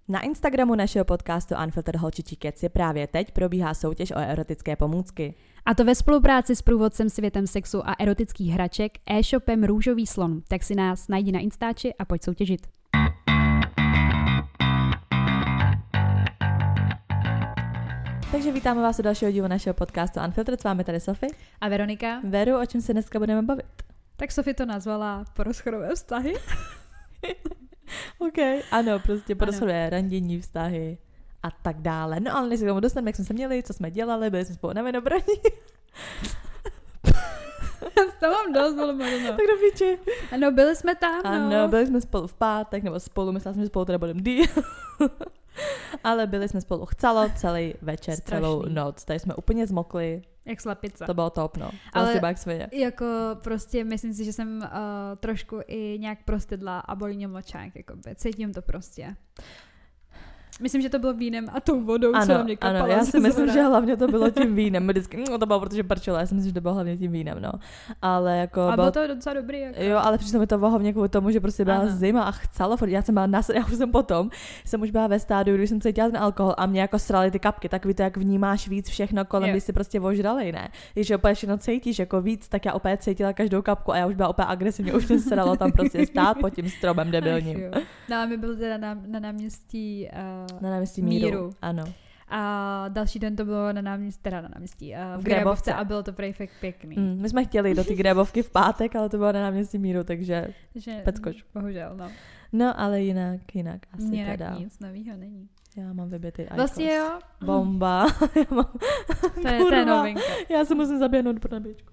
Na Instagramu našeho podcastu Unfiltered Holčičí keci právě teď probíhá soutěž o erotické pomůcky. A to ve spolupráci s průvodcem světem sexu a erotických hraček e-shopem Růžový slon. Tak si nás najdi na Instači a pojď soutěžit. Takže vítáme vás u dalšího dílu našeho podcastu Unfiltered. S vámi tady Sofie. A Veronika. Veru, o čem se dneska budeme bavit? Tak Sofie to nazvala porozchodové vztahy. OK, ano, prostě porozchodové randění, vztahy a tak dále. No ale než se k tomu dostaneme, jak jsme se měli, co jsme dělali, byli jsme spolu na vinobraní. To mám dost, bylo možno. Tak do piči. Ano, byli jsme tam, Ano, byli jsme spolu v pátek, nebo spolu, myslela jsem, že spolu teda budeme díl. Ale byli jsme spolu chcelo celý večer, Strašný. celou noc. Tady jsme úplně zmokli. Jak slepice. To bylo top, no. Ale jak svině. jako prostě myslím si, že jsem trošku i nějak prostydla a bolí mě močák, jakoby. Cítím to prostě. Myslím, že to bylo vínem a tou vodou, co na mě kapala. Ano, já si myslím, že hlavně to bylo tím vínem. Vždycky, to bylo, protože prčilo, já si myslím, že to bylo hlavně tím vínem, no. Ale jako... A bylo to docela dobrý, jako. Jo, ale přišlo mi to hlavně kvůli tomu, že prostě byla zima a chcelo, já jsem byla já už jsem potom, jsem už byla ve stádiu, když jsem cítila ten alkohol a mě jako srali ty kapky, tak víte, jak vnímáš víc všechno kolem, když si prostě ožralej, ne? Když opět všechno cítíš jako víc, tak já opět cítila každou kapku a já už byla opět agresivně, už mě sralo tam prostě stát pod tím stromem debilním. No a my byli teda na náměstí Míru. Ano. A další den to bylo na náměstí v Grébovce a bylo to fakt pěkný. My jsme chtěli do té Grébovky v pátek, ale to bylo na náměstí Míru, takže peckoš. Bohužel, no. No, ale jinak asi jinak teda. Nic novýho není. Já mám vybitý iPhone. Vlastně jo. Bomba. To je novinka. Já se musím zaběhnout pro nabíječku.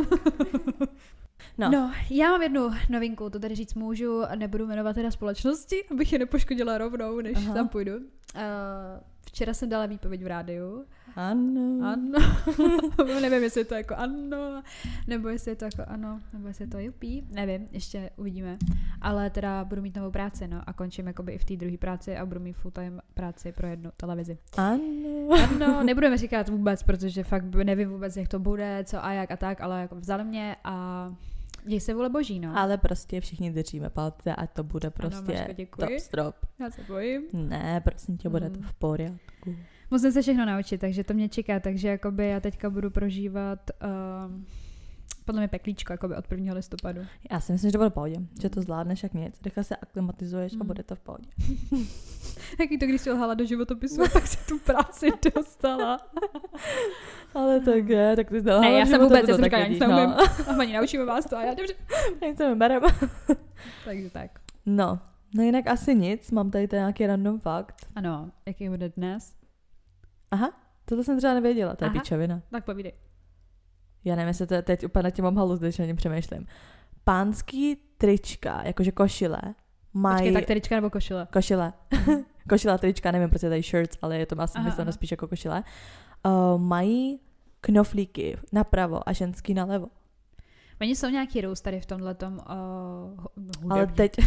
No, já mám jednu novinku, to tady říct můžu, nebudu jmenovat teda společnosti, abych je nepoškodila rovnou, než tam půjdu. Včera jsem dala výpověď v rádiu. Ano. Nevím, jestli je to jako ano, nebo jestli je to jako ano, nebo jestli je to jupí, nevím, ještě uvidíme. Ale teda budu mít novou práci, no, a končím jakoby i v té druhé práci a budu mít full-time práci pro jednu televizi. Ano, nebudeme říkat vůbec, protože fakt nevím vůbec, jak to bude, co a jak a tak, ale jako vzali mě a děj se vůle boží, no. Ale prostě všichni držíme palce a to bude prostě top strop. Já se bojím. Ne, prosím tě, bude to v pořádku. Musím se všechno naučit, takže to mě čeká, takže jakoby já teďka budu prožívat podle mě peklíčko jakoby od 1. listopadu. Já si myslím, že to bude v pohodě, že to zvládneš jak nic, rychle se aklimatizuješ a bude to v pohodě. Taky to, když jsi lhala do životopisu, tak si tu práci dostala. Ale tak je, tak ty jsi lhala. Ne, já jsem vůbec, já jsem říkala, já nic neumím. A paní, naučíme vás to a já dobře. Nic se vyberem. Takže tak. No jinak asi nic, mám tady nějaký random fakt. Ano, jaký bude dnes? Aha, tohle jsem třeba nevěděla, to je píčovina. Tak povídej. Já nevím, jestli to teď úplně na tím mám halu, když na něm přemýšlím. Pánský trička, jakože košile, mají... Počkej, tak trička nebo košile? Košile. Košile, trička, nevím, proč je tady shirts, ale je to asi mysleno spíš jako košile. Mají knoflíky napravo a ženský nalevo. Oni jsou nějaký roastery v tomhletom hudební. Ale teď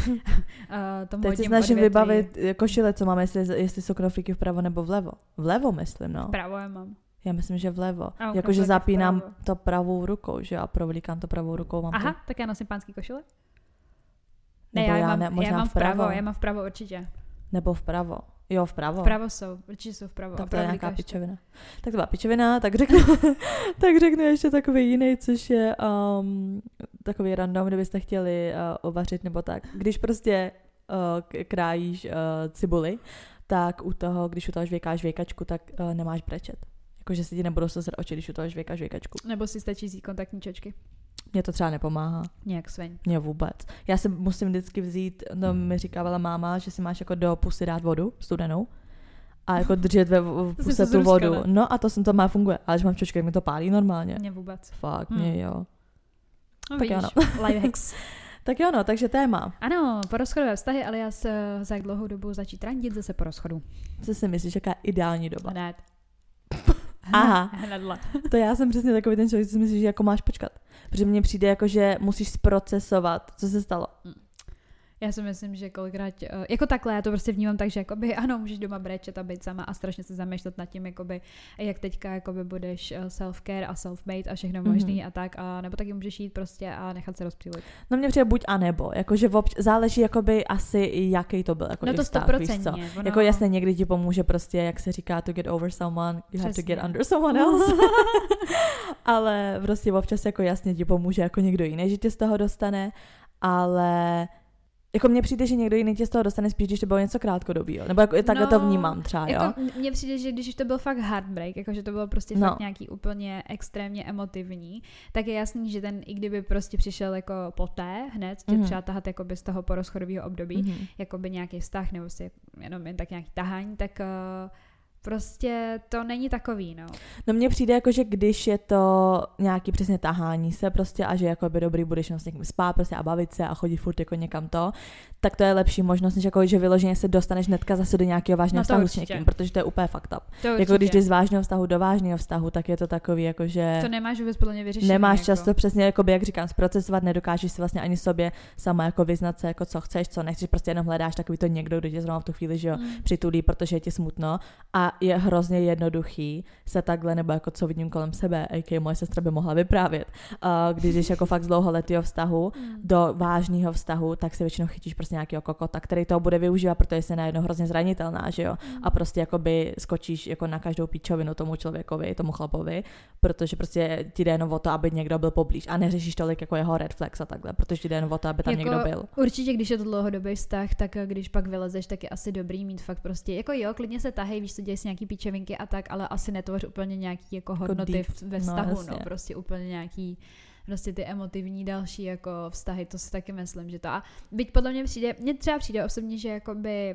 se snažím vybavit košile, co máme, jestli jsou knoflíky vpravo nebo vlevo. Vlevo myslím, no. Vpravo já mám. Já myslím, že vlevo. Jakože zapínám to pravou rukou, že jo, a provlíkám to pravou rukou. Mám tak já nosím pánský košile? Ne, já mám vpravo. Já mám vpravo určitě. Nebo vpravo. Jo, vpravo. Vpravo jsou, určitě jsou vpravo. Tak to je nějaká pičovina. Tak to byla pičovina, tak řeknu ještě takový jiný, což je takový random, kdybyste chtěli uvařit nebo tak. Když prostě krájíš cibuli, tak když u toho žvěkáš žvěkačku, tak nemáš brečet. Jakože se ti nebudou sezrat oči, když u toho žvěkáš žvěkačku. Nebo si stačí vzít kontaktní čočky. Mně to třeba nepomáhá. Nějak sveň. Mně vůbec. Já si musím vždycky vzít, mi říkávala máma, že si máš jako do pusy dát vodu studenou a jako držet ve puse tu vodu. Ne? No a to má funguje. Ale když mám čočky, mi to pálí normálně. Mně vůbec. Fakt, mě jo. No, tak vidíš, life hacks. Tak jo, no, takže téma. Ano, porozchodové vztahy, ale já se za jak dlouhou dobu začít randit zase po rozchodu. Co si myslíš, jaká je ideální doba? Hned. Aha, to já jsem přesně takový ten člověk, co si myslíš, že jako máš počkat. Protože mně přijde jako, že musíš zprocesovat, co se stalo. Já si myslím, že kolikrát, jako takhle, já to prostě vnímám tak, že jakoby, ano, můžeš doma brečet a být sama a strašně se zamýšlet nad tím, jakoby, jak teďka jakoby budeš self-care a self-made a všechno možný a tak, a nebo taky můžeš jít prostě a nechat se rozptýlit. No mě přijde buď a nebo, jakože záleží jakoby asi jaký to byl, jako no to vztah, 100%, víš co? ono... Jako jasně někdy ti pomůže prostě, jak se říká, to get over someone, you have to get under someone else. Ale prostě občas jako jasně ti pomůže jako někdo jiný, že tě z toho dostane, ale jako mně přijde, že někdo jiný tě z toho dostane spíš, když to bylo něco krátkodobýho. Nebo jako takhle to vnímám třeba, jo? Jako mně přijde, že když už to byl fakt heartbreak, jako že to bylo prostě fakt nějaký úplně extrémně emotivní, tak je jasný, že ten, i kdyby prostě přišel jako poté hned, tě třeba tahat jakoby z toho porozchodového období, jakoby nějaký vztah, nebo si jenom jen tak nějaký tahání, tak... prostě to není takový, no. No mně přijde jako, že když je to nějaký přesně tahání se prostě a že jako by dobrý budeš s někým spát prostě a bavit se a chodit furt jako někam to, tak to je lepší možnost, než jako, že vyloženě se dostaneš hnedka zase do nějakého vážného vztahu s někým, protože to je úplně fucked up. Jako když jdeš z vážného vztahu do vážného vztahu, tak je to takový jako, že... To nemáš vůbec podle mě vyřešený. Nemáš jako. často přesně, jakoby, jak říkám, zprocesovat, nedokážeš si vlastně ani sobě sama jako vyznat se, jako co chceš, co nechceš, prostě jenom hledáš takový to někdo, kdo tě zrovna v tu chvíli, že jo, přitulí, protože je ti smutno a je hrozně jednoduchý se takhle, nebo jako co vidím kolem sebe, a.k.a. moje sestra by mohla vyprávět, když jdeš jako fakt z dlouholetého vztahu do vážného vztahu, tak si většinou chytíš prostě nějakého kokota, který toho bude využívat, protože jsi najednou hrozně zranitelná, že jo, a prostě jakoby skočíš jako na každou píčovinu tomu člověkovi, tomu chlapovi, protože prostě ti jde jenom o to, aby někdo byl poblíž a neřešíš tolik jako jeho red flags a takhle, protože ti jde jenom o to, aby tam jako, někdo byl. Určitě, když je to dlouhodobý vztah, tak když pak vylezeš, tak je asi dobrý mít fakt prostě, jako jo, klidně se tahej, víš, co děje si nějaký píčevinky a tak, ale asi netvoř úplně nějaký jako hodnoty ve vztahu, no, prostě úplně nějaký prostě ty emotivní další jako vztahy, to si taky myslím, že to a byť podle mě mně třeba přijde osobně, že jakoby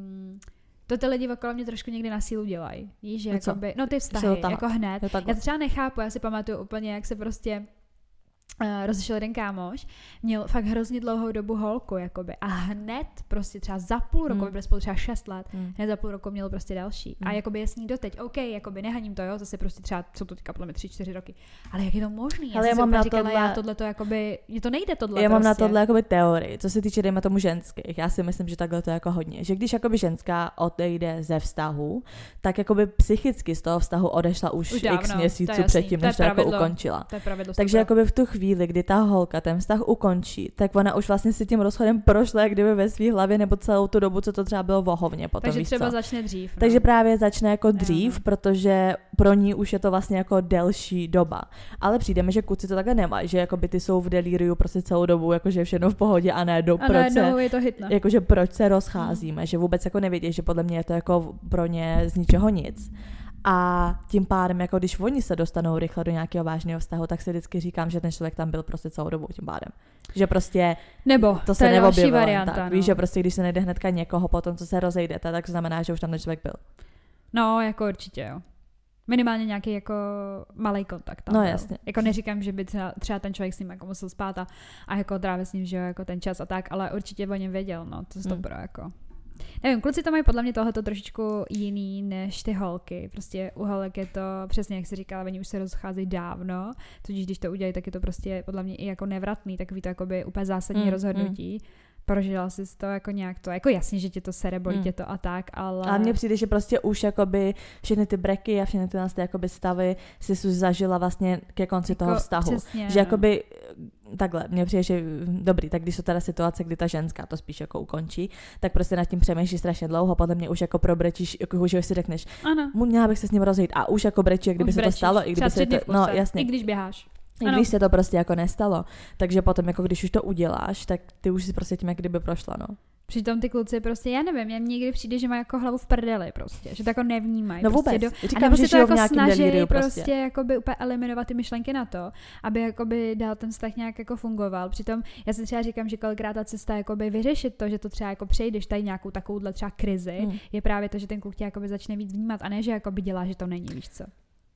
to ty lidi okolo mě trošku někdy na sílu dělají, víš, že jakoby, no ty vztahy, jako hned, já to třeba nechápu, já si pamatuju úplně, jak se prostě rozešel jeden kámoš, měl fakt hrozně dlouhou dobu holku, jakoby, a hned prostě třeba za půl roku, byli spolu třeba 6 let, hned za půl roku měl prostě další. A jakoby je s ní doteď, OK, jakoby nehaním to, jo, zase prostě třeba, jsou to teďka podle mě 3-4 roky, ale jak je to možný? Ale já mám na tohle, já tohleto jakoby, mně to nejde tohle. Já mám na tohle jakoby teorii, co se týče dejme tomu ženských, já si myslím, že takhle to je jako hodně, že když jakoby ženská odejde ze vztahu, tak jakoby psychicky z toho vztahu odešla už dávno, x měsíců předtím, než to jako ukončila. Takže jakoby v tu chvíli, kdy ta holka ten vztah ukončí, tak ona už vlastně si tím rozchodem prošla jak kdyby ve své hlavě nebo celou tu dobu, co to třeba bylo vohovně potom. Takže třeba začne dřív. No. Takže právě začne jako dřív, protože pro ní už je to vlastně jako delší doba. Ale přijde mi, že kluci to takhle nemají, že jakoby ty jsou v delíriu prostě celou dobu, jakože je všechno v pohodě a ne je to hitne. Jakože proč se rozcházíme, že vůbec jako nevědí, že podle mě je to jako pro ně z ničeho nic. A tím pádem, jako když oni se dostanou rychle do nějakého vážného vztahu, tak si vždycky říkám, že ten člověk tam byl prostě celou dobu tím pádem. Že prostě nebo to se neobjevilo varianta, tak. No. Víš, že prostě když se najde hnedka někoho potom, co se rozejdete, tak to znamená, že už tam ten člověk byl. No, jako určitě, jo. Minimálně nějaký jako malej kontakt tam byl. Jasně. Jako neříkám, že by třeba ten člověk s ním jako musel spát a jako trávit s ním, že jo, jako ten čas a tak, ale určitě o něm věděl, no, to stopro, jako. Nevím, kluci to mají podle mě tohleto trošičku jiný než ty holky. Prostě u holek je to přesně, jak jsi říkala, oni už se rozcházejí dávno, tudíž když to udělají, tak je to prostě podle mě i jako nevratný, takový to jakoby úplně zásadní rozhodnutí. Prožila jsi to jako nějak to, jako jasně, že tě to sere, bolí tě to a tak, ale... A mně přijde, že prostě už jakoby všechny ty breky a všechny ty jakoby stavy si už zažila vlastně ke konci jako toho vztahu. Přesně, že jakoby takhle, mně přijde, že dobrý, tak když jsou teda situace, kdy ta ženská to spíš jako ukončí, tak prostě nad tím přemýšlíš strašně dlouho, podle mě už jako probrečíš, jako že si řekneš, měla bych se s ním rozejít a už jako brečí, jak kdyby se to stalo, i kdyby se to, no jasně. I když běháš. I když se to prostě jako nestalo. Takže potom, jako když už to uděláš, tak ty už si prostě tím jak kdyby prošla, no. Přitom ty kluci prostě, já nevím, mně někdy přijde, že mají jako hlavu v prdeli prostě, že to jako nevnímají. No vůbec, prostě říkám, že to jako snaží prostě jakoby úplně eliminovat ty myšlenky na to, aby jakoby dál ten vztah nějak jako fungoval. Přitom já si třeba říkám, že kolikrát ta cesta jakoby vyřešit to, že to třeba jako přejdeš tady nějakou takovouhle třeba krizi, je právě to, že ten kluk tě jakoby začne víc vnímat a ne, že jakoby dělá, že to není, víš co.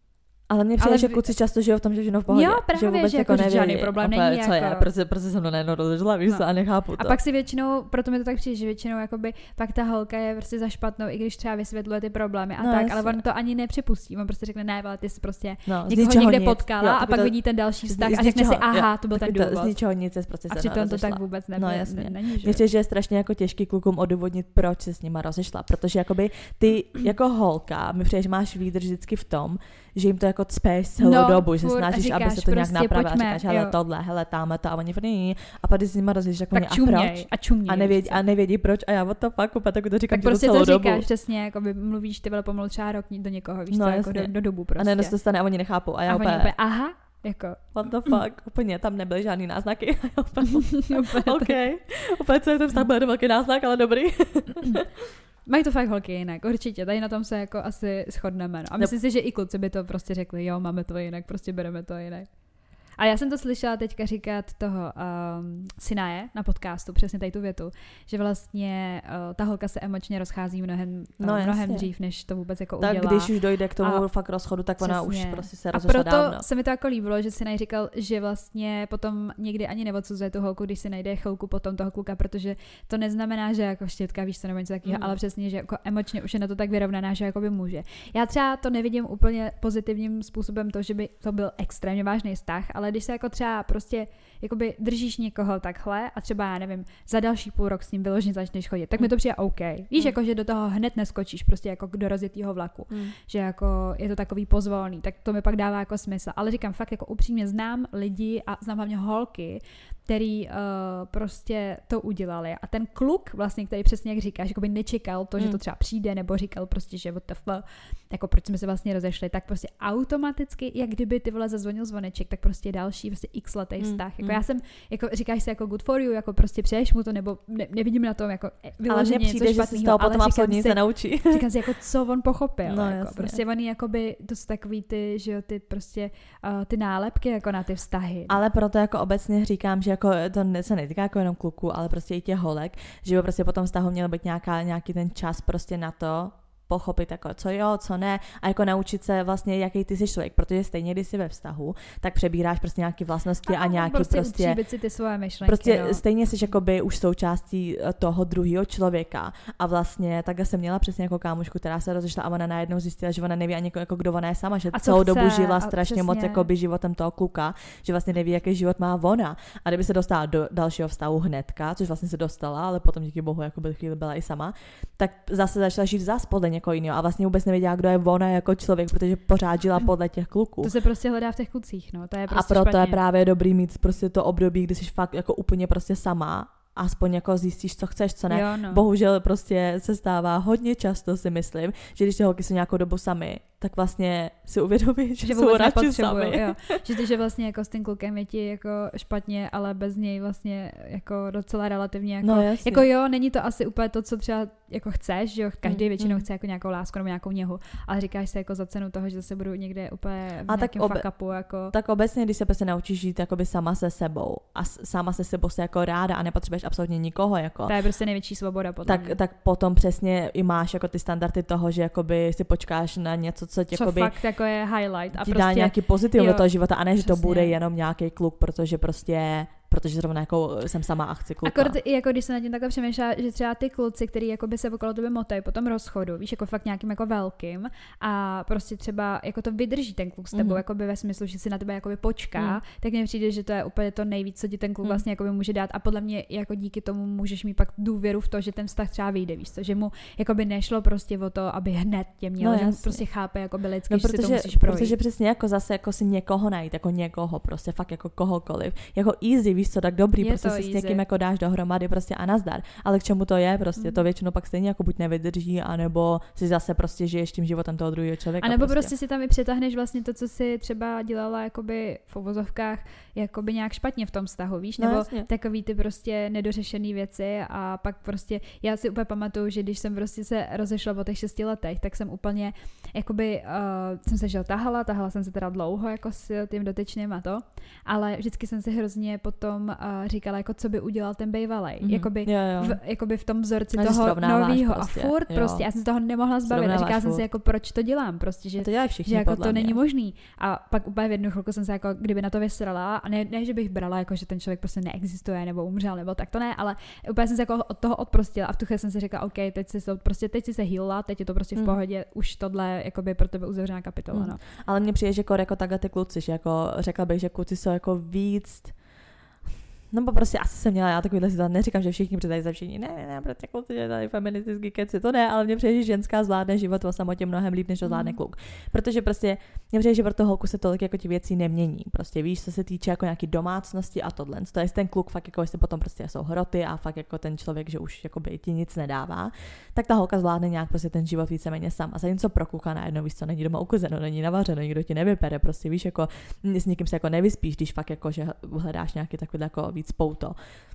Ale mě přijde, že kluci často žijou v tom, že ženou v pohodě. Jo, právě, že vůbec že jako neví, žádný problém není. Co jako... je, prostě se mnou najednou rozešla, víš co, a nechápu to. A pak si většinou, proto mi to tak přijde, že většinou jakoby pak ta holka je prostě za špatnou, i když třeba vysvětluje ty problémy a tak, jasně. Ale on to ani nepřipustí. On prostě řekne, ne, ale ty jsi prostě někoho někde potkala a pak vidí ten další vztah a řekne si, aha, to byl ten důvod. Z ničeho nic je prostě a přitom to tak vůbec není. Mně přijde, že je strašně jako těžký klukům odůvodnit, proč se s nima rozešla, protože jakoby ty jako holka, mi přijde, že máš výdrž vždycky v tom, že jim to jako cpeš celou dobu, že se snažíš, říkáš, aby se to nějak napravilo. A říkáš, hele tohle, hele tamhle to a oni vrní. A pak když s nima rozjíš, tak oni a proč? A nevědí proč a já what the fuck, tak to říkám tak prostě celou to dobu. říkáš přesně, jako by mluvíš ty vele pomalu třeba rok do někoho, víš co, jako do dobu prostě. A najednou se to stane a oni nechápou. A já úplně, aha, jako. What the fuck, úplně tam nebyly žádný náznaky. OK, úplně celý ten vztah byl jeden velký náznak, ale dobrý. Mají to fakt holky jinak, určitě, tady na tom se jako asi shodneme. No. A myslím si, že i kluci by to prostě řekli, jo, máme to jinak, prostě bereme to jinak. A já jsem to slyšela teďka říkat toho Sinaje na podcastu, přesně tady tu větu, že vlastně ta holka se emočně rozchází mnohem dřív, než to vůbec jako udělá. Tak když už dojde k tomu fakt rozchodu, tak ona už prostě se rozešla dávno. A proto se mi to jako líbilo, že Sinaj říkal, že vlastně potom někdy ani neodsuzuje tu holku, když si najde chvilku potom toho kluka, protože to neznamená, že jako štětka, víš co, nebo něco takového, ale přesně, že jako emočně už je na to tak vyrovnaná, že jako by může. Já třeba to nevidím úplně pozitivním způsobem to, že by to byl extrémně vážný vztah, ale když se jako třeba prostě jakoby držíš někoho takhle a třeba, já nevím, za další půl rok s ním vyloženě začneš chodit, tak mi to přijde OK. Víš, jako, že do toho hned neskočíš, prostě jako do rozjetýho vlaku, že jako je to takový pozvolný, tak to mi pak dává jako smysl. Ale říkám fakt, jako upřímně znám lidi a znám hlavně holky, který prostě to udělali. A ten kluk vlastně, který přesně jak říkáš, jako by nečekal to, že to třeba přijde, nebo říkal prostě, že jako proč jsme se vlastně rozešli, tak prostě automaticky, jak kdyby ty vole zazvonil zvoneček, tak prostě další prostě x-letý vztah. Jako já jsem, jako říkáš si jako good for you, jako prostě přeješ mu to, nebo nevidím na tom jako vyloženě něco špatného, že si z toho potom absolutně se naučí. Říkám si, jako co on pochopil. No, jako, prostě on jakoby, to jsou takový ty, že jo, ty prostě ty nálepky jako na ty vztahy. Ale proto jako obecně říkám, že jako to se netýká jako jenom kluků, ale prostě i těch holek, že by prostě po tom vztahu měl být nějaký ten čas prostě na to pochopit jako co jo, co ne a jako naučit se vlastně, jaký ty jsi člověk, protože stejně, když jsi ve vztahu, tak přebíráš prostě nějaké vlastnosti a nějaký prostě si ty svoje myšlenky, prostě stejně jsi jakoby už součástí toho druhého člověka a vlastně takhle jsem měla přesně jako kámošku, která se rozešla a ona najednou zjistila, že ona neví ani jako kdo ona je sama, že celou dobu žila strašně moc jakoby životem toho kluka, že vlastně neví, jaký život má ona a kdyby se dostala do dalšího vztahu hnedka, což vlastně se dostala, ale potom díky bohu jakoby chvíli byla i sama, tak zase začala žít zase podle někoho jiného a vlastně vůbec nevěděla, kdo je ona jako člověk, protože pořád žila podle těch kluků. To se prostě hledá v těch klucích, no, to je prostě a proto špatně. Je právě dobrý mít prostě to období, kdy jsi fakt jako úplně prostě sama, aspoň jako zjistíš, co chceš, co ne. Jo, no. Bohužel prostě se stává hodně často, si myslím, že když ty holky jsou nějakou dobu sami, tak vlastně si uvědomí, že jsou radši sami. Jo. Že vlastně jako s tím klukem je ti jako špatně, ale bez něj vlastně jako docela relativně jako, jako jo, není to asi úplně to, co třeba jako chceš, že jo, každý většinou chce jako nějakou lásku nebo nějakou něhu, ale říkáš si jako za cenu toho, že zase budu někde úplně v nějakém fuck upu, jako. Tak obecně, když se prostě naučíš žít jakoby sama se sebou a sama se sebou se jako ráda a nepotřebuješ absolutně nikoho, jako. To je prostě největší svoboda potom. Tak potom přesně i máš jako ty standardy toho, že jakoby si počkáš na něco, co jakoby fakt jako je highlight a ti prostě dá nějaký pozitiv do toho života a ne, že přesně. to bude jenom nějaký kluk, protože zrovna jako jsem sama a chci kluka. Akord i jako když se nad tím takhle přemýšlela, že třeba ty kluci, který jakoby se okolo tebe motají po tom rozchodu, víš, jako fakt nějakým jako velkým a prostě třeba jako to vydrží ten kluk s tebou, jakoby ve smyslu, že si na tebe jakoby počká, tak mně přijde, že to je úplně to nejvíc, co ti ten kluk vlastně jakoby může dát a podle mě jako díky tomu můžeš mít pak důvěru v to, že ten vztah třeba vyjde, víš co, že mu jakoby nešlo prostě o to, aby hned tě měl, že mu prostě chápe jakoby lidsky, že si to musíš projít. Protože přesně jako zase jako si někoho najít, jako někoho prostě fakt jako kohokoliv, jako easy, víš co, tak dobrý, je prostě si s někým jako dáš dohromady prostě a nazdar. Ale k čemu to je prostě, to většinou pak stejně jako buď nevydrží, anebo si zase prostě žiješ tím životem toho druhého člověka. A nebo prostě si tam i přitahneš vlastně to, co si třeba dělala jakoby v uvozovkách jakoby nějak špatně v tom vztahu, víš, nebo takový ty prostě nedořešený věci a pak prostě, já si úplně pamatuju, že když jsem prostě se rozešla po těch 6 letech, tak jsem úplně jakoby jsem se tahala jsem se teda dlouho jako s tím dotyčným a to, ale vždycky jsem si hrozně potom tom říkala, jako co by udělal ten bejvalej. Jakoby v tom vzorci a toho novýho. Prostě. A furt prostě, já jsem z toho nemohla zbavit. A říkala jsem si, jako proč to dělám, prostě, že, to dělají všichni, že jako to není možný. A pak úplně v jednu chvilku jsem se jako kdyby na to vysrala a ne, že bych brala, jako že ten člověk prostě neexistuje nebo umřel, nebo tak to ne, ale úplně jsem se jako od toho odprostila a v tu chvíli jsem si řekla, OK, teď si se healila, teď je to prostě v pohodě, už tohle jakoby pro tebe uzavřená kapitola. No. Ale mně přijde, že jako takhle ty kluci, že jako řekla bych, že kluci jsou jako víc. No prostě asi jsem měla já takovýhle situace, neříkám, že všichni předají za všichni, ne, protože kluci, že tady feministický keci, to ne, ale mně přijde, že ženská zvládne život o samotě mnohem líp, než to zvládne kluk. Protože prostě mně přijde, že pro toho holku se tolik jako ti věcí nemění. Prostě víš, co se týče jako nějaký domácnosti a tohle. To je ten kluk fakt jako, jestli potom prostě jsou hroty a fakt jako ten člověk, že už jako by ti nic nedává, tak ta holka zvládne nějak prostě ten život víceméně sám. A zatímco pro kluka najednou víš, co není doma uklizeno, není navařeno, nikdo ti nevypere, prostě víš, jako s nikým se jako nevyspíš, když fakt jako že hledáš nějaký takový jako víc pouto.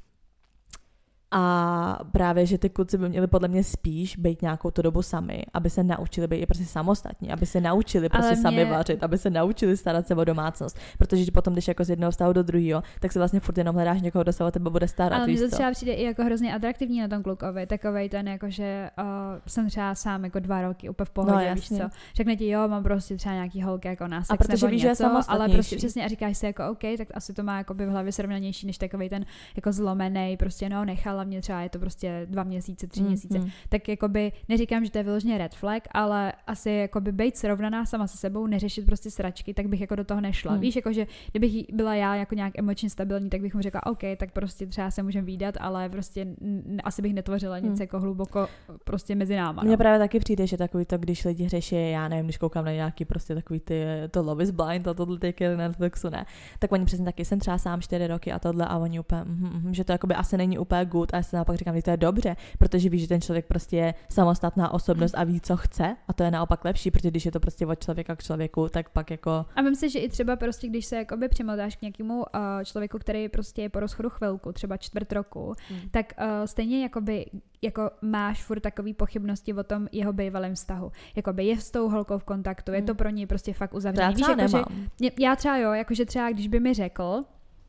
A právě, že ty kluci by měli podle mě spíš být nějakou tu dobu sami, aby se naučili být i prostě samostatní, aby se naučili prostě sami vařit, aby se naučili starat se o domácnost, protože potom, když jako z jednoho vztahu do druhého, tak si vlastně furt jenom hledáš někoho, kdo se o tebe bude starat. Ale mně to třeba přijde i jako hrozně atraktivní na tom klukovi, takovej ten jako, že jsem třeba sám jako 2 roky úplně v pohodě, víš co. Řekne ti, jo, mám prostě třeba nějaký holky jako na sex nebo víš, něco, ale prostě přesně a říkáš si jako OK, tak asi to má jako by v hlavě srovnanější než takovej ten jako zlomený, prostě no nechala mě třeba je to prostě 2 měsíce, 3 měsíce, tak jakoby neříkám, že to je vyloženě red flag, ale asi jakoby být srovnaná sama se sebou, neřešit prostě sračky, tak bych jako do toho nešla. Víš, jakože kdybych byla já jako nějak emočně stabilní, tak bych mu řekla OK, tak prostě třeba se můžeme vídat, ale prostě asi bych netvořila nic jako hluboko prostě mezi náma. Mně právě taky přijde, že takový to, když lidi řeší, já nevím, když koukám na nějaký prostě takový to Love is Blind a tohle teď na Netflixu, ne, tak oni přesně taky jsem třeba sám 4 roky a tohle a oni úplně, že to jakoby asi není úplně good a já se naopak říkám, že to je dobře, protože víš, že ten člověk prostě je samostatná osobnost a ví, co chce a to je naopak lepší, protože když je to prostě od člověka k člověku, tak pak jako... A myslím si, že i třeba prostě, když se jakoby přimotáš k nějakému člověku, který prostě je po rozchodu chvilku, třeba 4 roku, tak stejně jakoby jako máš furt takový pochybnosti o tom jeho bývalém vztahu. Jakoby je s tou holkou v kontaktu, je to pro ní prostě fakt uzavřený. Víš, já třeba jo, jakože třeba když by mi řekl,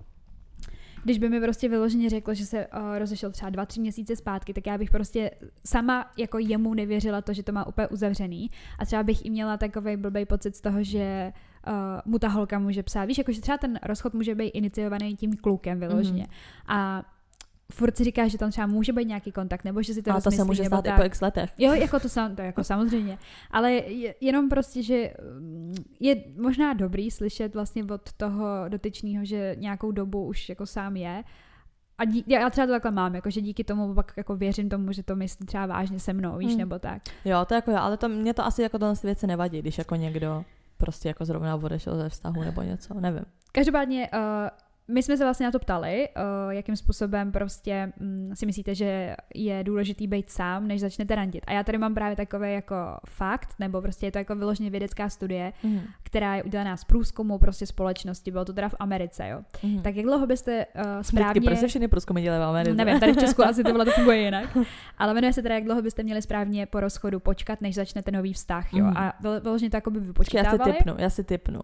když by mi prostě vyloženě řekl, že se rozešel třeba 2-3 měsíce zpátky, tak já bych prostě sama jako jemu nevěřila to, že to má úplně uzavřený a třeba bych i měla takovej blbej pocit z toho, že mu ta holka může psát. Víš, jakože třeba ten rozchod může být iniciovaný tím klukem vyloženě. A furt si říkáš, že tam třeba může být nějaký kontakt, nebo že si to rozmyslí. A to se může stát i po x letech. Jo, jako to jako samozřejmě. Ale jenom prostě, že je možná dobrý slyšet vlastně od toho dotyčného, že nějakou dobu už jako sám je. A já třeba to takhle mám, jako, že díky tomu pak jako věřím tomu, že to myslí třeba vážně se mnou, víš, nebo tak. Jo, to jako jo, ale mě to asi jako tohle věci nevadí, když jako někdo prostě jako zrovna odešel ze vztahu nebo něco, nevím. Každopádně my jsme se vlastně na to ptali, jakým způsobem prostě si myslíte, že je důležitý být sám, než začnete randit. A já tady mám právě takový jako fakt, nebo prostě je to jako vyloženě vědecká studie, která je udělaná z průzkumu prostě společnosti, bylo to teda v Americe, jo. Tak jak dlouho byste správně... Vždycky prostě všechny průzkumy dělají v Americe. Nevím, tady v Česku asi to funguje jinak. Ale jmenuje se teda, jak dlouho byste měli správně po rozchodu počkat, než začnete nový vztah, jo. A vyloženě to jako by vypočítávali. Já si tipnu.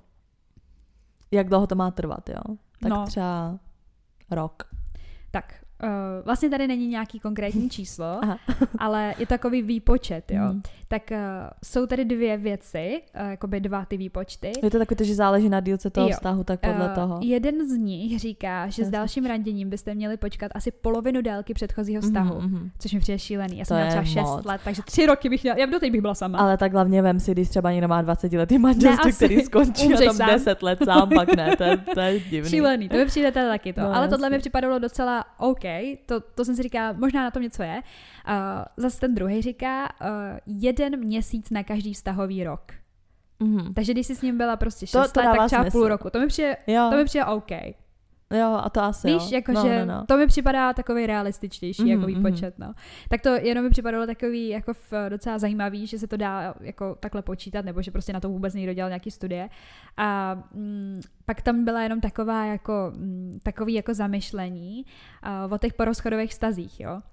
Jak dlouho to má trvat, jo? Tak třeba rok. Tak, vlastně tady není nějaký konkrétní číslo, ale je takový výpočet, jo. Tak jsou tady 2 věci, jakoby 2 ty výpočty. Je to takový, že záleží na dílce toho vztahu, tak podle toho. Jeden z nich říká, že s dalším randěním byste měli počkat asi polovinu délky předchozího vztahu, což mi přijde šílený. Já jsem měla třeba 6 let, takže 3 roky bych měla, já doteď bych byla sama. Ale tak hlavně vem si, když třeba někdo má 20letý manželství, který skončí a tam 10 let sám, pak ne, to je divný. Šílený, to mi přijde teda taky to. No, ale tohle mi připadalo docela OK, to jsem si říkala, možná na tom něco je. Zase ten druhý říká 1 měsíc na každý vztahový rok. Takže když jsi s ním byla prostě 6 let, tak třeba půl roku. To mi přijde OK. Jo, a to asi víš, jakože to mi připadá takový realističtější jako výpočet, no. Tak to jenom mi připadalo takový jako docela zajímavý, že se to dá jako takhle počítat, nebo že prostě na to vůbec někdo dělal nějaký studie. A pak tam byla jenom takový jako zamyšlení o těch porozchodových vztazích, jo.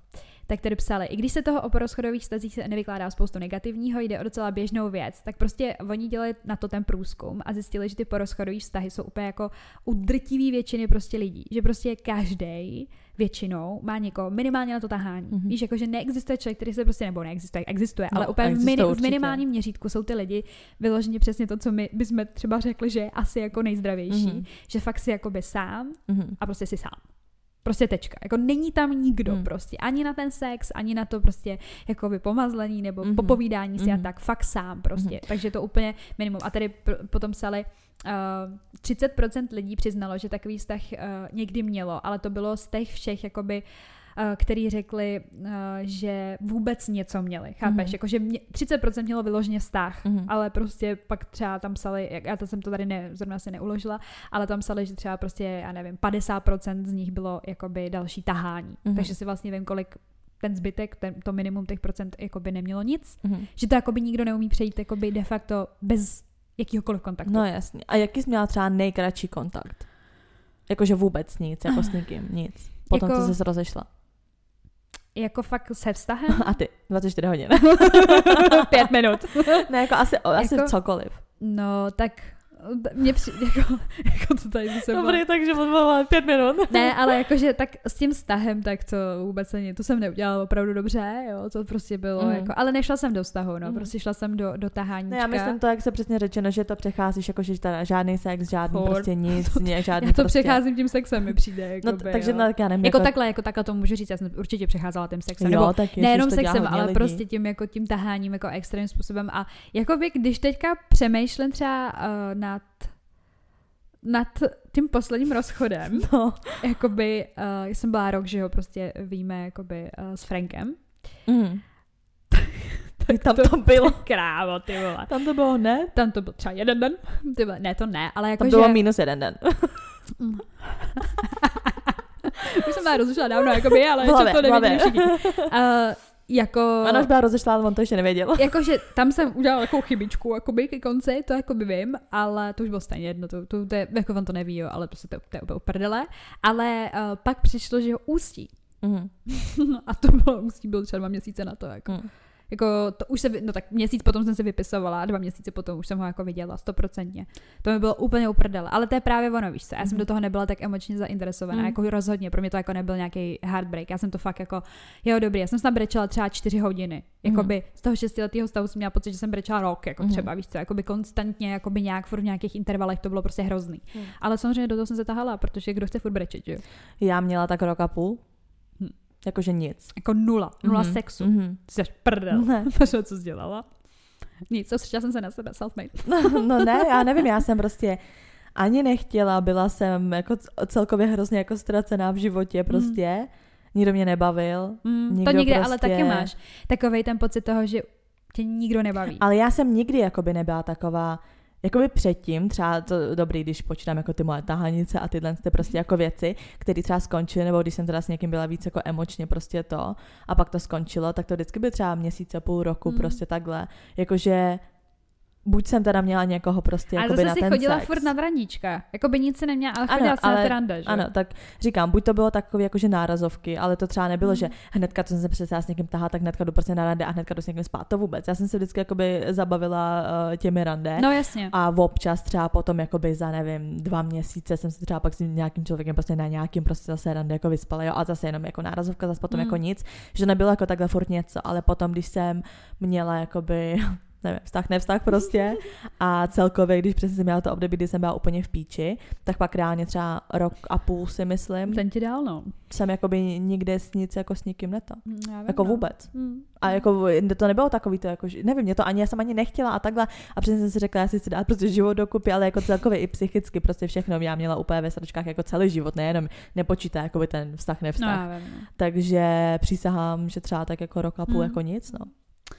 tak tady psali, i když se toho o porozchodových vztazích nevykládá spoustu negativního, jde o docela běžnou věc, tak prostě oni dělali na to ten průzkum a zjistili, že ty porozchodové vztahy jsou úplně jako u drtivé většiny prostě lidí, že prostě každej většinou má někoho minimálně na to tahání. Víš, jako že neexistuje člověk, který se prostě, nebo neexistuje, existuje, ale úplně v minimálním měřítku jsou ty lidi vyloženě přesně to, co my bychom třeba řekli, že je asi jako nejzdravější, že fakt si jakoby sám a prostě si sám. Prostě tečka. Jako není tam nikdo prostě. Ani na ten sex, ani na to prostě jakoby pomazlení nebo popovídání si a tak. Fakt sám prostě. Takže to úplně minimum. A tady potom psali 30% lidí přiznalo, že takový vztah někdy mělo, ale to bylo z těch všech jakoby který řekli, že vůbec něco měli, chápeš? Jakože 30% mělo vyloženě vztah, ale prostě pak třeba tam psali, já to jsem to tady zrovna si neuložila, ale tam psali, že třeba prostě, já nevím, 50% z nich bylo jakoby další tahání. Takže si vlastně vím, kolik ten zbytek, to minimum těch procent jakoby nemělo nic, že to jakoby nikdo neumí přejít jakoby de facto bez jakýhokoliv kontaktu. No jasně. A jaký jsi měla třeba nejkratší kontakt? Jakože vůbec nic, jako s nikým, nic. Potom jako, to se rozešla. Jako fakt se vztahem? A ty, 24 hodin. 5 minut. Ne, jako asi jako, cokoliv. No, tak mě jako to tady by se dobrý, takže odvolala 5 minut. Ne, ale jakože tak s tím vztahem, tak to vůbec není, to jsem neudělala opravdu dobře, jo, to prostě bylo jako, ale nešla jsem do vztahu, no, prostě šla jsem do taháníčka. Ne, já myslím to, jak se přesně řečeno, že to přecházíš, jakože žádný sex, žádný prostě nic, žádný já to prostě. přecházím tím sexem, mi přijde, jako no, takže no, tak já nevím. Jako takhle to můžu říct, já jsem určitě přecházela tím sexem, jo, nebo tak nejenom sexem, ale prostě tím taháním jako extrémním způsobem a jakoby, když teďka přemýšlím třeba nad tím posledním rozchodem, jakoby, jsem byla rok, že ho prostě víme, jakoby, s Frankem. Tak tam to bylo. Krávo, ty vole. Tam to bylo ne? Tam to byl třeba 1 den. Ty vole, ne, to ne, ale jako tam bylo -1 den. Už jsem byla rozlišila dávno, jakoby, ale ještě to nevěděli všichni. Jako... Ona už byla rozešla, ale on to ještě nevěděl. Jakože tam jsem udělala takovou chybičku jakoby ke konci, to jakoby vím, ale to už bylo stejně jedno, to je, jako on to neví, jo, ale prostě to je úplně uprdele. Ale pak přišlo, že ho Ústí. A to bylo Ústí, bylo třeba 2 měsíce na to, jako. Jako to už se, no tak měsíc potom jsem se vypisovala, 2 měsíce potom už jsem ho jako viděla 100%. To mi bylo úplně uprdele, ale to je právě ono, víš co, já jsem do toho nebyla tak emočně zainteresovaná, jako rozhodně, pro mě to jako nebyl nějaký heartbreak, já jsem to fakt jako, jo dobrý, já jsem tam brečela třeba 4 hodiny, jakoby z toho 6letého stavu jsem měla pocit, že jsem brečela rok, jako třeba, víš co, jakoby konstantně, jakoby nějak furt v nějakých intervalech, to bylo prostě hrozný. Ale samozřejmě do toho jsem se tahala, protože kdo chce furt brečet, jo. Já měla tak 1,5 roku. Jakože nic. Jako nula sexu. Jsi prdel. Co jsi dělala? Nic, soustředila jsem se na sebe, self-made. No ne, já nevím, já jsem prostě ani nechtěla, byla jsem jako celkově hrozně jako ztracená v životě prostě. Nikdo mě nebavil. To někde prostě... ale taky máš. Takovej ten pocit toho, že tě nikdo nebaví. Ale já jsem nikdy jakoby nebyla taková, jakoby předtím, třeba to dobrý, když počítám jako ty moje tahanice a tyhle prostě jako věci, které třeba skončily, nebo když jsem teda s někým byla víc jako emočně prostě to a pak to skončilo, tak to vždycky by třeba měsíce, půl roku prostě takhle, jakože buď jsem teda měla někoho prostě jakoby na ten sex. Ale zase chodila furt na randíčka. Jakoby nic si neměla, ale chodila se na ty rande, že? Ano, tak říkám, buď to bylo takové jakože nárazovky, ale to třeba nebylo, že hnedka, co jsem se přestala s někým tahat, tak hnedka jdu prostě na rande a hnedka jdu s někým spát. To vůbec. Já jsem se vždycky jakoby zabavila těmi rande. No jasně. A občas třeba potom jakoby za nevím 2 měsíce jsem se třeba pak s nějakým člověkem prostě na nějakým prostě zase rande jako vyspala, jo, a zase jenom jako nárazovka, zase potom jako nic, že nebylo jako takhle furt něco, ale potom, když jsem měla jakoby nevím, nevztah prostě a celkově, když přesně jsem měla to období, kdy jsem byla úplně v píči, tak pak reálně třeba 1,5 roku si myslím. Ten ti dál, no. Jsem jakoby nikde nic jako s nikým neto. Jako no. Vůbec. A jako to nebylo takový to, jako, nevím, mě to já jsem ani nechtěla a takhle a přesně jsem si řekla, já si chci dát prostě život dokupy, ale jako celkově i psychicky prostě všechno. Já měla úplně ve srdčkách jako celý život, nejenom nepočítá jakoby ten vztah, nevztah. No, takže přísahám, že třeba tak jako 1,5 roku jako nic, no.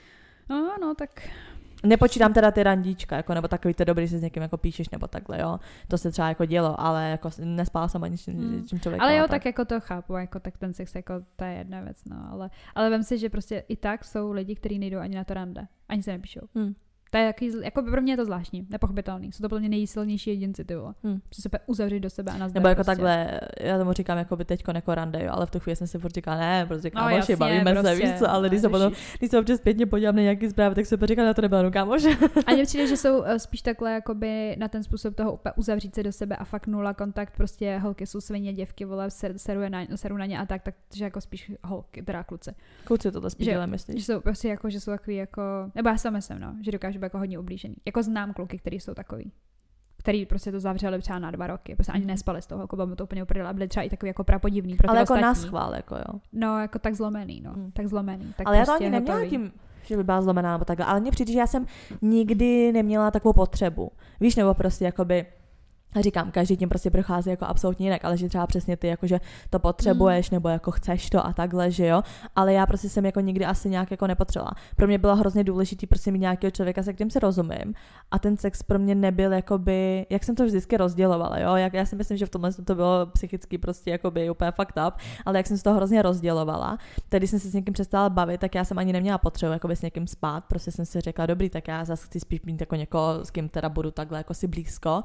No, tak... Nepočítám teda ty randíčka, jako, nebo takový to dobrý, že s někým jako píšeš, nebo takhle, jo. To se třeba jako dělo, ale jako nespala jsem ani s tím člověkem. Ale jo, tak jako to chápu, jako tak ten sex, jako to je jedna věc, no. Ale vem si, že prostě i tak jsou lidi, kteří nejdou ani na to rande. Ani se nepíšou. To je jako pro mě je to zvláštní, nepochopitelný. Jsou to pro mě nejsilnější jedinci, ty vole. Při sebe uzavřít do sebe a nazdar. Nebo jako prostě. takhle, já tomu říkám jako by teďko jako rande, jo, ale v tu chvíli jsem si furt říkala, ne, prostě No, kámoši, bavíme prostě, se, víš co, ale když se občas zpětně podívám na nějaký zprávy, tak si říkám, na to nebyla kámoš. A mně přijde, že jsou spíš takhle jakoby na ten způsob toho úplně uzavřít se do sebe a fakt nula kontakt, prostě holky jsou svině, děvky, vole, seru na ně a tak, takže jako spíš holky, teda kluci. Kluci to spíš dělají, myslíš? Že jsou prostě jako, že jsou takový jako, nebo já sama jsem, no, že dokážu být jako hodně ublížený. Jako znám kluky, kteří jsou takový, který prostě to zavřeli třeba na 2 roky, prostě ani nespali z toho, jako bylo mu to úplně uprdele a byli třeba i takový jako prapodivný pro ty ale jako ostatní. naschvál, jako jo. No, jako tak zlomený, no, tak zlomený. Tak ale prostě já to ani neměla tím, že by byla zlomená nebo takhle, ale mně přijde, že já jsem nikdy neměla takovou potřebu, víš, nebo prostě jakoby, říkám, každý tím prostě prochází jako absolutně jinak, ale že třeba přesně ty jakože to potřebuješ nebo jako chceš to a takhle, že jo, ale já prostě jsem jako nikdy asi nějak jako nepotřebovala. Pro mě bylo hrozně důležitý prostě mít nějakého člověka, se kterým se rozumím a ten sex pro mě nebyl jakoby, jak jsem to vždycky rozdělovala, jo, já si myslím, že v tomhle to bylo psychicky prostě jakoby úplně fucked up, ale jak jsem si to hrozně rozdělovala, tedy jsem se s někým přestala bavit, tak já jsem ani neměla potřebu jakoby s někým spát, prostě jsem si řekla, dobrý, tak já zase chci spíš mít jako někoho, s kým teda budu takhle jako si blízko.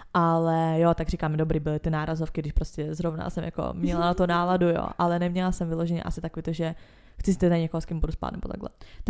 Ale jo, tak říkám, dobrý byly ty nárazovky, když prostě zrovna jsem jako měla na to náladu, jo, ale neměla jsem vyloženě asi takový to, že chci si teda někoho, s kým budu spát nebo takhle.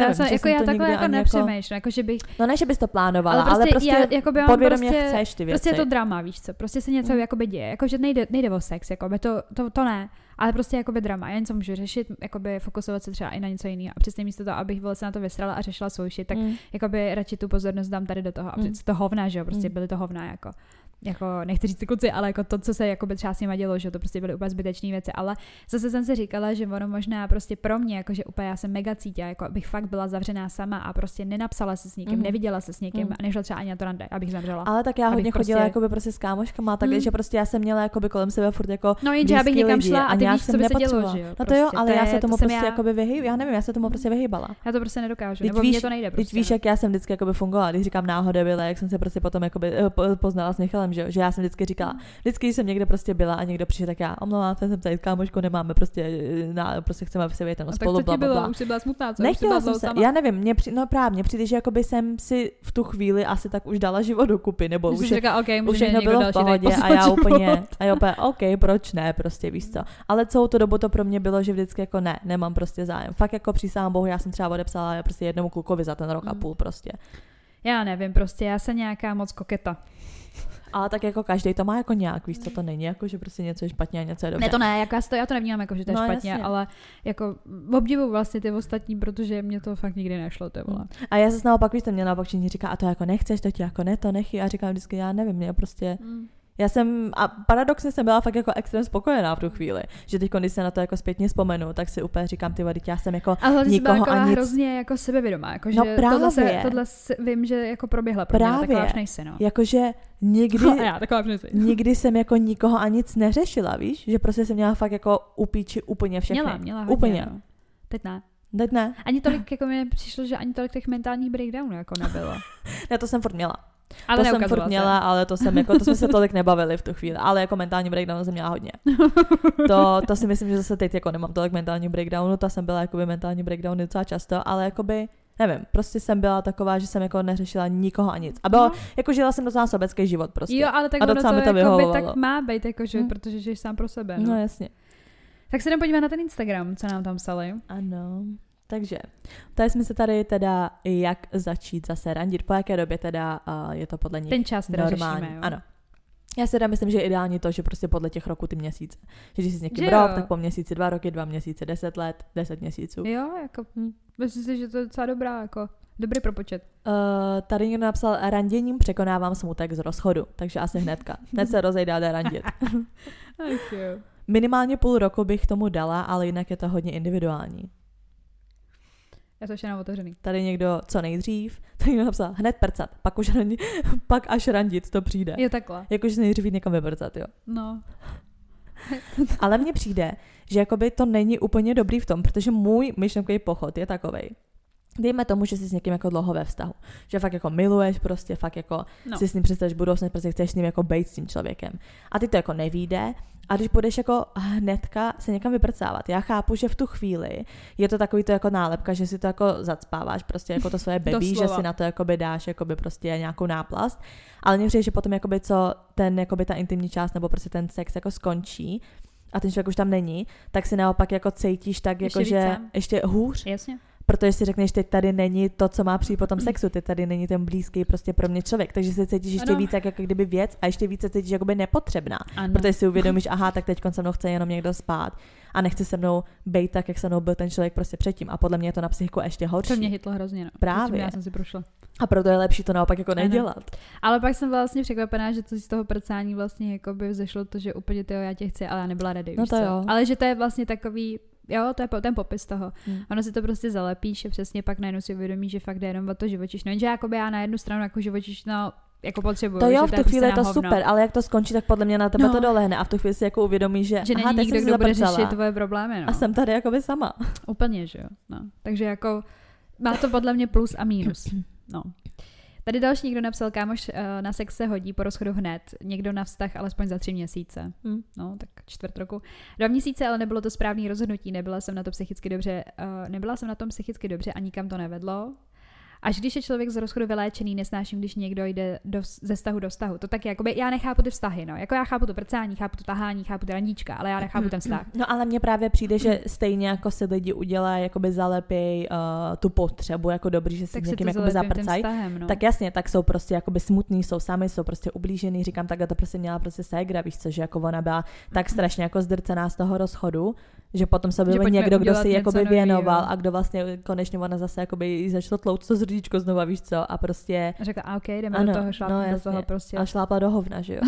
Já takhle jako nepřemýšlím, jako že bych... No ne, že bys to plánovala, ale prostě podvědomě prostě, chceš ty věci. Prostě je to drama, víš co, prostě se něco jakoby děje, jakože nejde o sex, jakoby to ne, ale prostě jakoby drama, já něco můžu řešit, jakoby fokusovat se třeba i na něco jiného a přesně místo toho, abych se na to vysrala a řešila svou shit, tak jakoby radši tu pozornost dám tady do toho a to hovna, že jo, prostě byly to hovna, jako nechci říct kluci, ale jako to, co se jako by třeba s nima dělo, že to prostě byly úplně zbytečné věci, ale zase jsem si říkala, že ono možná prostě pro mě, jakože úplně já jsem mega cítila, jako abych fakt byla zavřená sama a prostě nenapsala se s někým, neviděla se s někým a nešla třeba ani na to rande, abych zemřela. Ale tak já hodně chodila jakoby prostě s kámoškama, takže prostě já jsem měla jakoby kolem sebe furt jako no jenže abych někam šla a ty víš, co by se dělo, že jo. No to jo, ale já se tomu prostě jakoby vyhýbala, já nevím, já se tomu prostě vyhýbala. Já to prostě nedokážu, nebo mně to nejde prostě. Víš, jak já jsem vždycky jakoby fungovala, když říkám náhoda byla, jak jsem se prostě potom jakoby poznala s Michalem, že já jsem vždycky říkala, vždycky, když jsem někde prostě byla a někdo přišel, tak já omlouvám se, jsem tady kámoško, nemáme prostě chceme se vyjet spolu, bla, bla, bla. Už jsi byla smutná, co? Nechtěla jsem se, já nevím, právě přijde, že jakoby jsem si v tu chvíli asi tak už dala život dokupy, nebo už všechno bylo v pohodě a já úplně, OK, proč ne, prostě víš co. Ale celou tu dobu to pro mě bylo, že vždycky jako nemám prostě zájem. Fakt jako přísahám Bohu, já jsem třeba odepsala prostě jednomu klukovi za ten rok a půl prostě. Já nevím, prostě já jsem nějaká moc koketa. Ale tak jako každý to má jako nějak, víš co, to není jako, že prostě něco je špatně a něco je dobře. Ne, to ne, já to nevnímám jako, že to je špatně, jasně. Ale jako obdivuju vlastně ty ostatní, protože mě to fakt nikdy nešlo, ty vole. A já se naopak, víš, to mě naopak všichni říká, a to jako nechceš, to ti jako ne, to nechy, a říkám vždycky, já nevím, mě prostě... A paradoxně jsem byla fakt jako extrém spokojená v tu chvíli, že teď, když se na to jako zpětně vzpomenu, tak si úplně říkám, ty vody, já jsem jako nikoho ani hrozně jako sebevědomá, jako no že právě. tohle vím, že jako proběhla pro mě, taková už nejsi, no. Jakože nikdy jsem jako nikoho a nic neřešila, víš, že prostě jsem měla fakt jako upíči úplně všechny. Měla úplně. Hodně, no. Teď ne. Ani tolik, jako mi přišlo, že ani tolik těch mentálních breakdownů jako nebylo. Ne, to jsem furt měla. Ale to jsem furt měla, ale to jsme se tolik nebavili v tu chvíli. Ale jako mentální breakdown jsem měla hodně. To si myslím, že zase teď jako nemám tolik mentální breakdownu, to jsem byla jakoby mentální breakdown docela často, ale jakoby nevím, prostě jsem byla taková, že jsem jako neřešila nikoho a nic. A bylo, jako žila jsem docela sobecký život prostě. Jo, ale tak a docela ono to vyhovovalo. Tak má být, jako život, protože žiješ sám pro sebe. No jasně. Tak se jdem podívat na ten Instagram, co nám tam psali. Ano. Takže, tady jsme se tady teda, jak začít zase randit, po jaké době teda je to podle nich ten čas teda normální. Řešíme, jo? Ano. Já si teda myslím, že je ideální to, že prostě podle těch roků ty měsíce. Že když jsi s někým rok, tak po měsíci 2 roky, 2 měsíce, 10 let, 10 měsíců. Jo, jako, myslím si, že to je docela dobrá, jako dobrý propočet. Tady někdo napsal, randěním překonávám smutek z rozchodu, takže asi hnedka. Hned se rozejde a jde randit. Minimálně půl roku bych tomu dala, ale jinak je to hodně individuální. Já to ještě mám otevřený. Tady někdo co nejdřív, tady někdo napsal hned prcat, pak až randit to přijde. Jo, takhle. Jakože nejdřív jít někam vyprcat, jo. No. Ale mně přijde, že jakoby to není úplně dobrý v tom, protože můj myšlenkový pochod je takovej. Dejme tomu, že jsi s někým jako dlouho ve vztahu. Že fakt jako miluješ, prostě fakt jako si s ním představíš budoucnost, prostě chceš s ním jako bejt s tím člověkem. A ty to jako nevíde A když půjdeš jako hnedka se někam vyprcávat, já chápu, že v tu chvíli je to takový to jako nálepka, že si to jako zacpáváš prostě jako to svoje baby, že si na to jakoby dáš jakoby prostě nějakou náplast, ale mě přijde, že potom jakoby co ten jakoby ta intimní část nebo prostě ten sex jako skončí a ten člověk už tam není, tak si naopak jako cítíš tak jako, že ještě hůř. Jasně. Protože si řekneš, teď tady není to, co má přijít po tom sexu, teď tady není ten blízký prostě pro mě člověk, takže se cítíš ještě víc jako kdyby věc a ještě víc se cítíš jakoby nepotřebná, protože si uvědomíš, aha, tak teď se mnou chce jenom někdo spát a nechce se mnou bejt tak, jak se mnou byl ten člověk prostě předtím a podle mě je to na psychiku ještě horší. To mě hitlo hrozně, no. Právě. Já jsem si prošla. A proto je lepší to naopak jako nedělat. Ale pak jsem vlastně překvapená, že to z toho prcání vlastně jakoby vzešlo to, že úplně já tě chci, ale já nebyla ready, no to jo. Ale že to je vlastně takový. Jo, to je ten popis toho. Ono si to prostě zalepíš a přesně pak najednou si uvědomí, že fakt jde jenom o to živočišno. Jenže jakoby já na jednu stranu jako živočišno jako potřebuju. To jo, v tu chvíli je to hovno. Super, ale jak to skončí, tak podle mě na tebe to dolehne a v tu chvíli si jako uvědomí, že aha, není nikdo, kdo bude řešit tvoje problémy. No. A jsem tady jakoby sama. Úplně, že jo. No. Takže jako má to podle mě plus a mínus. No. Tady další někdo napsal, kámoš na sex se hodí po rozchodu hned, někdo na vztah alespoň za 3 měsíce. No, tak 4 roku. 2 měsíce, ale nebylo to správný rozhodnutí, nebyla jsem na tom psychicky dobře a nikam to nevedlo. Až když je člověk z rozchodu vyléčený, nesnáším, když někdo jde ze vztahu do vztahu. To taky, jakoby, já nechápu ty vztahy, no. Jako já chápu to prcání, chápu to tahání, chápu ty randíčka, ale já nechápu ten vztah. No ale mně právě přijde, že stejně jako si lidi udělají, jakoby zalepěj tu potřebu, jako dobrý, že si někým jakoby zaprcají. No. Tak jasně, tak jsou prostě jakoby smutný, jsou sami, jsou prostě ublížený, říkám, takhle to prostě měla prostě ségra, víš co, že jako ona byla tak strašně jako zdrcená z toho rozchodu, že potom se byl někdo, kdo si jakoby věnoval a kdo vlastně konečně ona zase jakoby začala tlouct to zrdíčko znova, víš co, a prostě řekla, OK, jdeme do toho, šlápnout do toho prostě. A šlápla do hovna, že jo.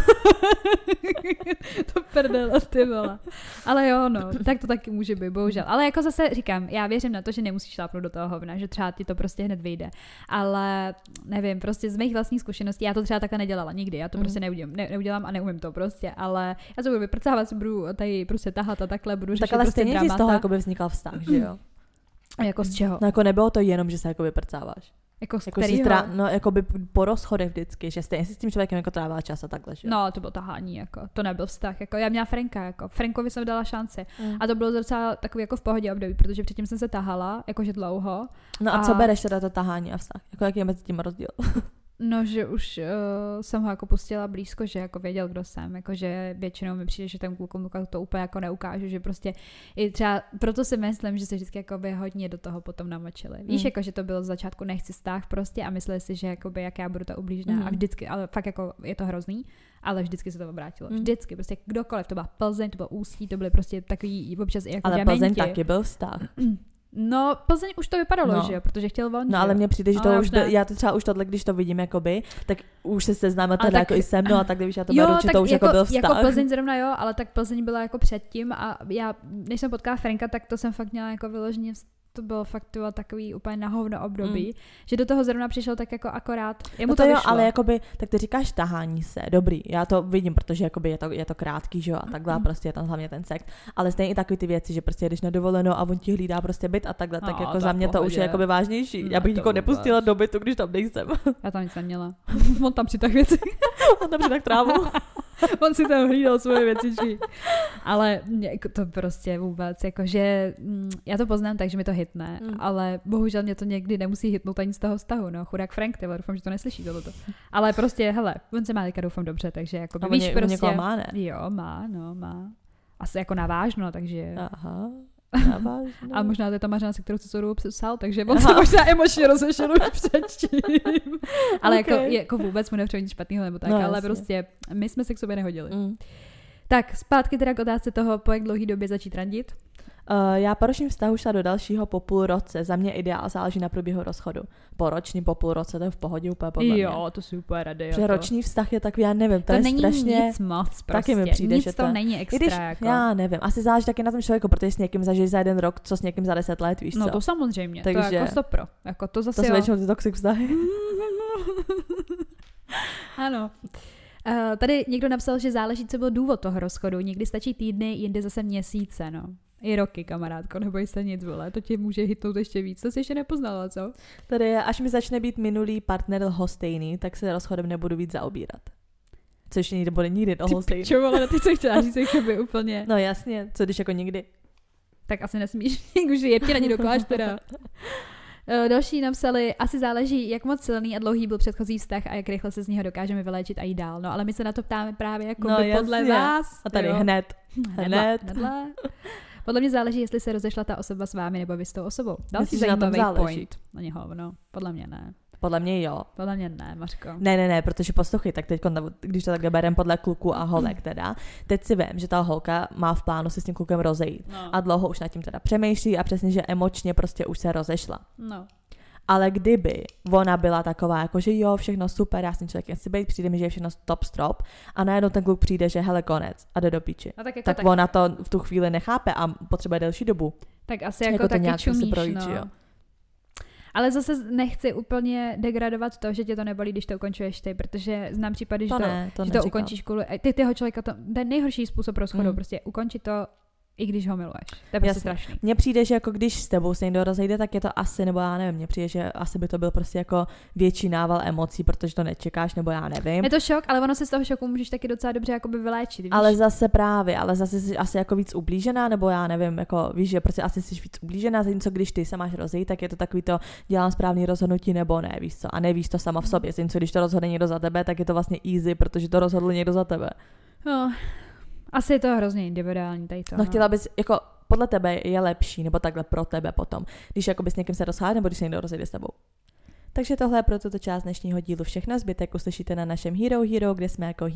To prdele, ty vole. Ale jo, no, tak to taky může být, bohužel. Ale jako zase říkám, já věřím na to, že nemusíš šlápnout do toho hovna, že třeba ti to prostě hned vyjde. Ale nevím, prostě z mých vlastních zkušeností, já to třeba takhle nedělala nikdy, já to prostě neudělám a neumím to prostě, ale já se budu vyprcávat, budu tady prostě tahat a takhle budu řešit. Tak ale prostě stejně z toho jakoby vznikal vztah, že jo. A jako z čeho? No jako nebylo to jenom, že se jakoby prcáváš. Jako z jako kterýho? No jakoby po rozchodech vždycky, že stejně si s tím člověkem jako trávila čas a takhle, že jo. No, to bylo tahání, jako, to nebyl vztah, jako já měla Franka, jako, Frankovi jsem dala šanci a to bylo docela takový jako v pohodě období, protože předtím jsem se tahala, jakože dlouho. No a co bereš teda to tahání a vztah? Jako jaký je mezi tím rozdíl? No, že už jsem ho jako pustila blízko, že jako věděl, kdo jsem, jako že většinou mi přijde, že ten klukům to úplně jako neukážu, že prostě i třeba, proto si myslím, že se vždycky jakoby hodně do toho potom namočili. Víš, jako že to bylo z začátku nechci vztah prostě a mysleli si, že jakoby jak já budu ta ublížená a vždycky, ale fakt jako je to hrozný, ale vždycky se to obrátilo. Vždycky, prostě kdokoliv, to byla Plzeň, to bylo Ústí, to byly prostě takový občas i jako ale diamanti. Plzeň taky byl vztah. No, Plzeň už to vypadalo, že jo, protože chtěl von. No, ale mně přijde, že to už, já to třeba už tohle, když to vidím, jakoby, tak už se seznámil teda jako i se mnou a tak, když já to beru, že to už jako byl vztah. Jako Plzeň zrovna jo, ale tak Plzeň byla jako předtím a já, než jsem potkala Franka, tak to jsem fakt měla jako vyloženě, to bylo fakt takový úplně na hovno období, že do toho zrovna přišel tak jako akorát, jemu to vyšlo. Ale jakoby, tak ty říkáš tahání se, dobrý, já to vidím, protože jakoby je to krátký, že jo, a takhle prostě je tam hlavně ten sex, ale stejně i takový ty věci, že prostě jdeš na dovolenou a on ti hlídá prostě byt a takhle, tak jako za mě to už je jakoby vážnější. Já bych nikoho nepustila do bytu, když tam nejsem. Já tam nic neměla. On tam přitah věci. On tam přitah trávu. On si tam hlídal svoje věcičky. Ale to prostě vůbec, jakože já to poznám tak, že mi to hitne, ale bohužel mě to někdy nemusí hitnout ani z toho vztahu, no. Chudák Frank, tyhle, doufám, že to neslyší tohleto. Ale prostě, hele, on se má teďka doufám dobře, takže jako víš prostě. Má, ne? Jo, má. Asi jako navážno, takže. Aha. A možná to je ta Mařena, se kterou se soudou psal, takže on se možná emočně rozešel už předtím. Ale okay. jako vůbec mu nepřeje nic špatného nebo tak, ale jasně. Prostě my jsme se k sobě nehodili. Tak, zpátky teda k otázce toho, po jak dlouhý době začít randit. Já po ročním vztahu šla do dalšího po půl roce. Za mě ideál záleží na průběhu rozchodu. Po roční, po půl roce, to je v pohodě úplně podle mě. Jo, to si úplně rady. Protože roční vztah je takový, já nevím, to je není strašně... nic moc prostě. Taky mi přijde, nic že to není extra. Když, jako. Já nevím, asi záleží taky na tom člověku, protože s někým zažiješ za 1 rok, co s někým za 10 let, víš co? No to samozřejmě, takže, to jako stopro. Jako to zase to jsou většinou ty toxic vztahy. Ano. Tady někdo napsal, že záleží, co byl důvod toho rozchodu. Někdy stačí týdny, jindy zase měsíce, no. I roky, kamarádko, neboj se nic, vole, to tě může hitnout ještě víc. To jsi ještě nepoznala, co? Tady až mi začne být minulý partner lhostejný, tak se rozchodem nebudu víc zaobírat. Což nebude nikdy toho stejný. Čo, ale ty co chtěla říct, jako by úplně. No jasně, co když jako nikdy. Tak asi nesmíš, už jebtě na ní do kláštera. Další napsali, asi záleží, jak moc silný a dlouhý byl předchozí vztah a jak rychle se z něho dokážeme vyléčit a jít dál. No ale my se na to ptáme právě jako by podle vás. A tady jo. hned. Podle mě záleží, jestli se rozešla ta osoba s vámi nebo vy s tou osobou. Další zajímavý point. Na něho, no. Podle mě ne. Podle mě jo. Podle mě ne, Mařko. Ne, protože poslouchej, tak teď, když to takhle berem podle kluku a holek teda, teď si vím, že ta holka má v plánu se s tím klukem rozejít. No. A dlouho už nad tím teda přemýšlí a přesně, že emočně prostě už se rozešla. No. Ale kdyby ona byla taková, jako že jo, všechno super, já s tím člověkem chci být, přijde mi, že je všechno top strop a najednou ten kluk přijde, že hele, konec a jde do píči. No, tak ona to v tu chvíli nechápe a potřebuje delší dobu. Tak asi jako taky čumíš, projít, no. jo. Ale zase nechci úplně degradovat to, že tě to nebolí, když to ukončuješ ty, protože znám případy, že to ukončíš kvůli tyho člověka, to je nejhorší způsob rozchodu, prostě ukončit to, i když ho miluješ. To je prostě strašný. Mně přijde, že jako když s tebou se někdo rozejde, tak je to asi, nebo já nevím, mně přijde, že asi by to byl prostě jako větší nával emocí, protože to nečekáš, nebo já nevím. Je to šok, ale ono se z toho šoku můžeš taky docela dobře jakoby vyléčit, víš? Ale zase jsi asi jako víc ublížená, nebo já nevím, jako víš, že prostě asi jsi víc ublížená, zatímco když ty se máš rozejít, tak je to takový to dělám správný rozhodnutí nebo ne, víš co, a nevíš to sama v sobě, zatímco když to rozhodne někdo za tebe, tak je to vlastně easy, protože to rozhodl někdo za tebe. No. Asi je to hrozně individuální tady to. No chtěla bys, jako podle tebe je lepší, nebo takhle pro tebe potom, když jako bys někým se rozhádá, nebo když se někdo rozejde s tebou. Takže tohle je pro tuto část dnešního dílu všechno. Zbytek uslyšíte na našem Hero, kde jsme jako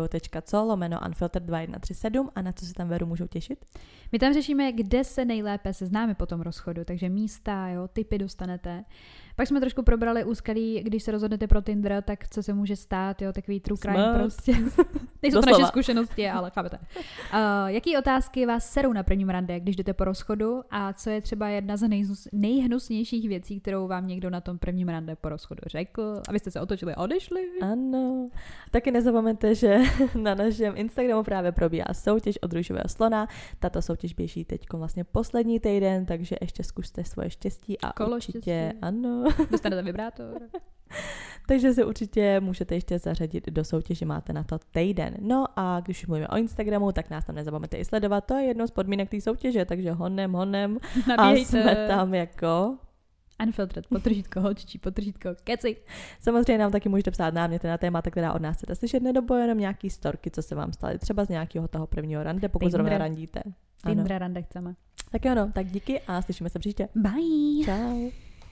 herohero.co/unfiltered2137 a na co se tam Veru můžou těšit. My tam řešíme, kde se nejlépe seznáme po tom rozchodu, takže místa, jo, tipy dostanete. Pak jsme trošku probrali úskalí, když se rozhodnete pro Tinder, tak co se může stát, jo, takový true crime prostě. Nejsou to naše zkušenosti, ale chápete. Jaký otázky vás serou na prvním rande, když jdete po rozchodu a co je třeba jedna z nejhnusnějších věcí, kterou vám někdo na tom prvním rande po rozchodu řekl, abyste se otočili a odešli? Ano. Taky nezapomeňte, že na našem Instagramu právě probíhá soutěž od růžového slona. Tato soutěž běží teď vlastně poslední týden, takže ještě zkuste svoje štěstí a kolo určitě štěstí. Ano. Dostanete vibrátor. Takže se určitě můžete ještě zařadit do soutěže, máte na to týden. No a když už mluvíme o Instagramu, tak nás tam nezapomeňte i sledovat, to je jednou z podmínek té soutěže, takže honem a jsme tam jako Unfiltered, _holčičí, keci. Samozřejmě nám taky můžete psát náměty na témata, která od nás chcete slyšet, nebo jenom nějaký storky, co se vám staly, třeba z nějakého toho prvního rande, pokud zrovna randíte. Tinder rande chceme. Tak jo, no, tak díky a slyšíme se příště. Bye. Čau.